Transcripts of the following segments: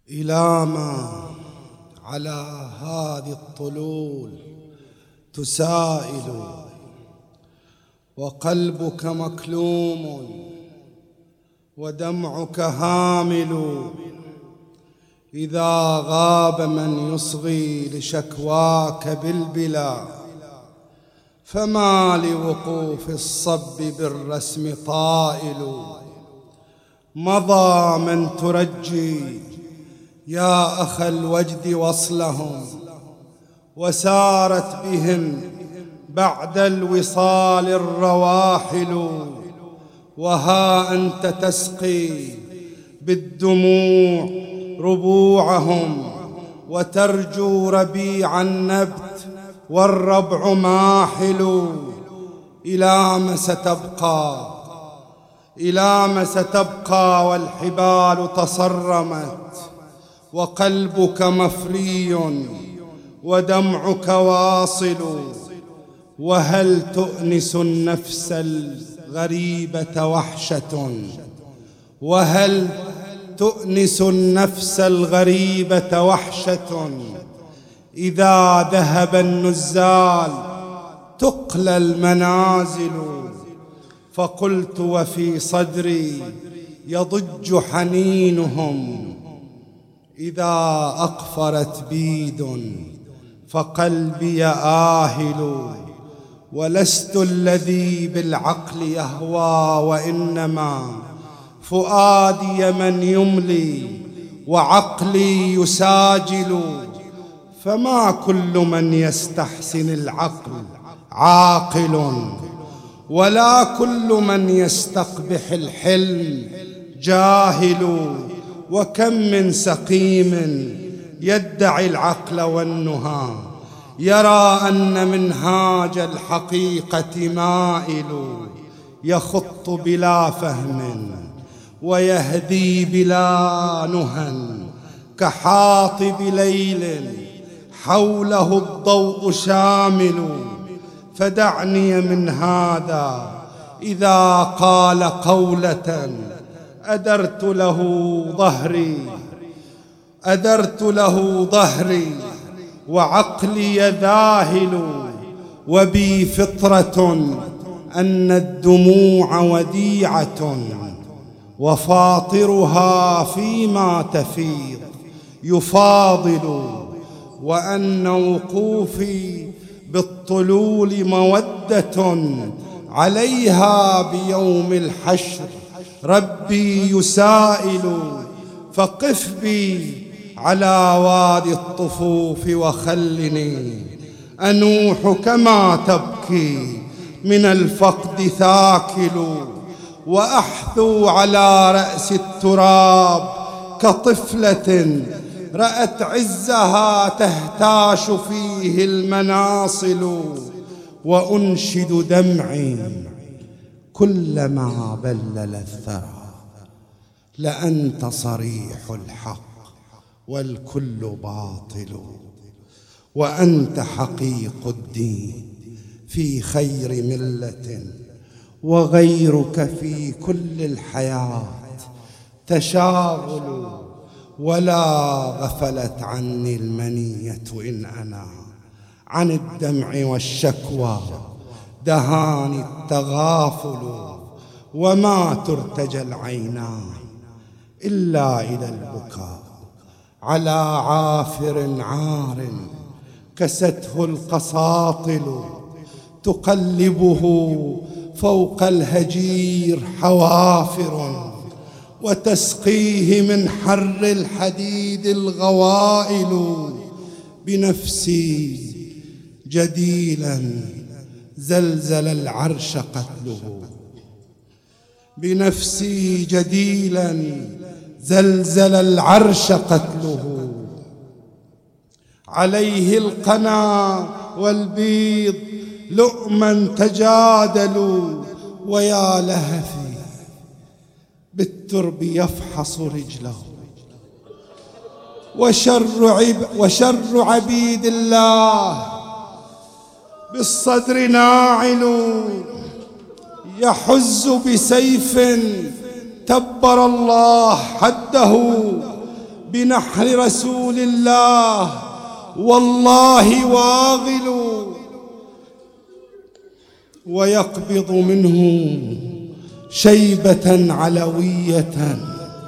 إلى ما على هذه الطلول تسائل وقلبك مكلوم ودمعك هامل، إذا غاب من يصغي لشكواك بالبلا، فما لوقوف الصب بالرسم طائل. مضى من ترجي يا أخا الوجد وصلهم، وسارت بهم بعد الوصال الرواحل، وها أنت تسقي بالدموع ربوعهم، وترجو ربيع النبت والربع ماحل. إلى ما ستبقى والحبال تصرمت، وقلبك مفري ودمعك واصل. وهل تؤنس النفس الغريبة وحشة، وهل تؤنس النفس الغريبة وحشة، إذا ذهب النزال تقلى المنازل. فقلت وفي صدري يضج حنينهم، إذا أقفرت بيد فقلبي آهل. ولست الذي بالعقل يهوى، وإنما فؤادي من يملي وعقلي يساجل. فما كل من يستحسن العقل عاقل، ولا كل من يستقبح الحلم جاهل. وكم من سقيم يدعي العقل والنهى، يرى أن منهاج الحقيقة مائل. يخط بلا فهم ويهدي بلا نهى، كحاطب ليل حوله الضوء شامل. فدعني من هذا إذا قال قولة أدرت له ظهري وعقلي ذاهل. وبي فطرة أن الدموع وديعة، وفاطرها فيما تفيض يفاضل. وأن وقوفي بالطلول مودة، عليها بيوم الحشر ربي يسائل. فقف بي على وادي الطفوف وخلني أنوح كما تبكي من الفقد ثاكل. وأحثو على رأس التراب كطفلة رأت عزها تهتاش فيه المناصل. وأنشد دمعي كلما بلل الثرى، لأنت صريح الحق والكل باطل. وأنت حقيق الدين في خير ملة، وغيرك في كل الحياة تشاغل. ولا غفلت عني المنية إن أنا عن الدمع والشكوى دهاني التغافل. وما ترتجى العينان إلا إلى البكاء على عافر عار كسته القساطل. تقلبه فوق الهجير حوافر، وتسقيه من حر الحديد الغوائل. بنفسي جديلا زلزل العرش قتله، بنفسي جديلا زلزل العرش قتله. عليه القنا والبيض لؤما تجادلوا، ويا لهفي بالترب يفحص رجله. وشر عبيد الله بالصدر ناعل، يحز بسيف تبر الله حده بنحر رسول الله والله واغل، ويقبض منه شيبة علوية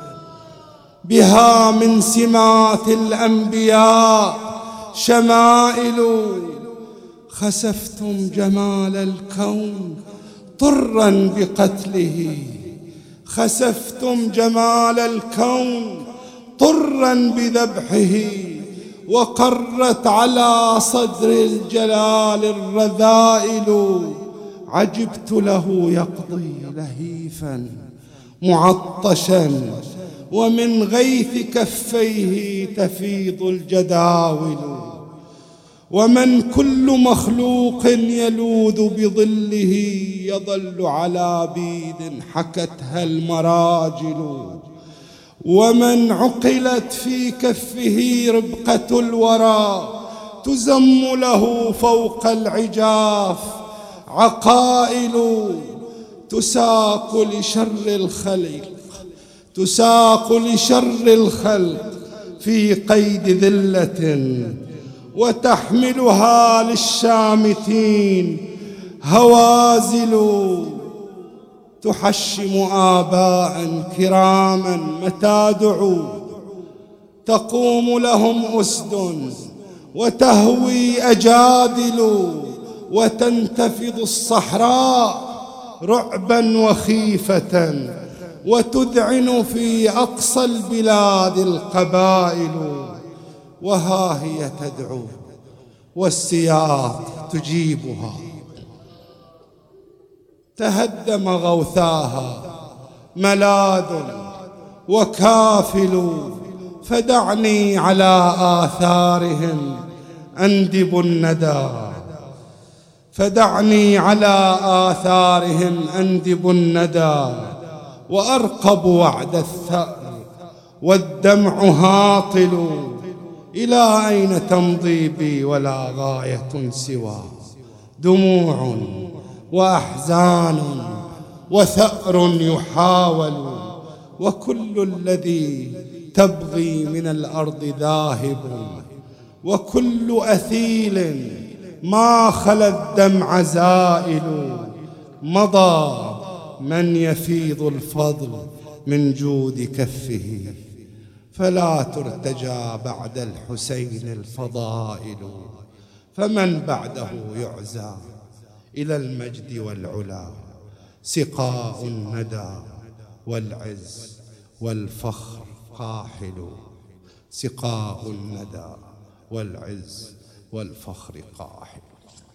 بها من سمات الأنبياء شمائل. خسفتم جمال الكون طرا بقتله، خسفتم جمال الكون طرا بذبحه، وقرت على صدر الجلال الرذائل. عجبت له يقضي لهيفا معطشا، ومن غيث كفيه تفيض الجداول. ومن كل مخلوق يلوذ بظله يظل على بيد حكتها المراجل. ومن عقلت في كفه ربقة الورى تزم له فوق العجاف عقائل. تساق لشر الخلق، تساق لشر الخلق في قيد ذلة، وتحملها للشامتين هوازل. تحشم آباء كراما متى دعوا، تقوم لهم أسد وتهوي أجادل، وتنتفض الصحراء رعبا وخيفة، وتذعن في أقصى البلاد القبائل. وها هي تدعو والسياط تجيبها، تهدم غوثاها ملاذ وكافل. فدعني على آثارهم أندب الندى، فدعني على آثارهم أندب الندى، وأرقب وعد الثأر والدمع هاطل. إلى أين تمضي بي ولا غاية سوى دموع وأحزان وثأر يحاول. وكل الذي تبغي من الأرض ذاهب، وكل أثيل ما خلا الدمع زائل. مضى من يفيض الفضل من جود كفه، فلا ترتجى بعد الحسين الفضائل. فمن بعده يعزى إلى المجد والعلا، سقاء الندى والعز والفخر قاحل. سقاء الندى والعز والفخر قاحل.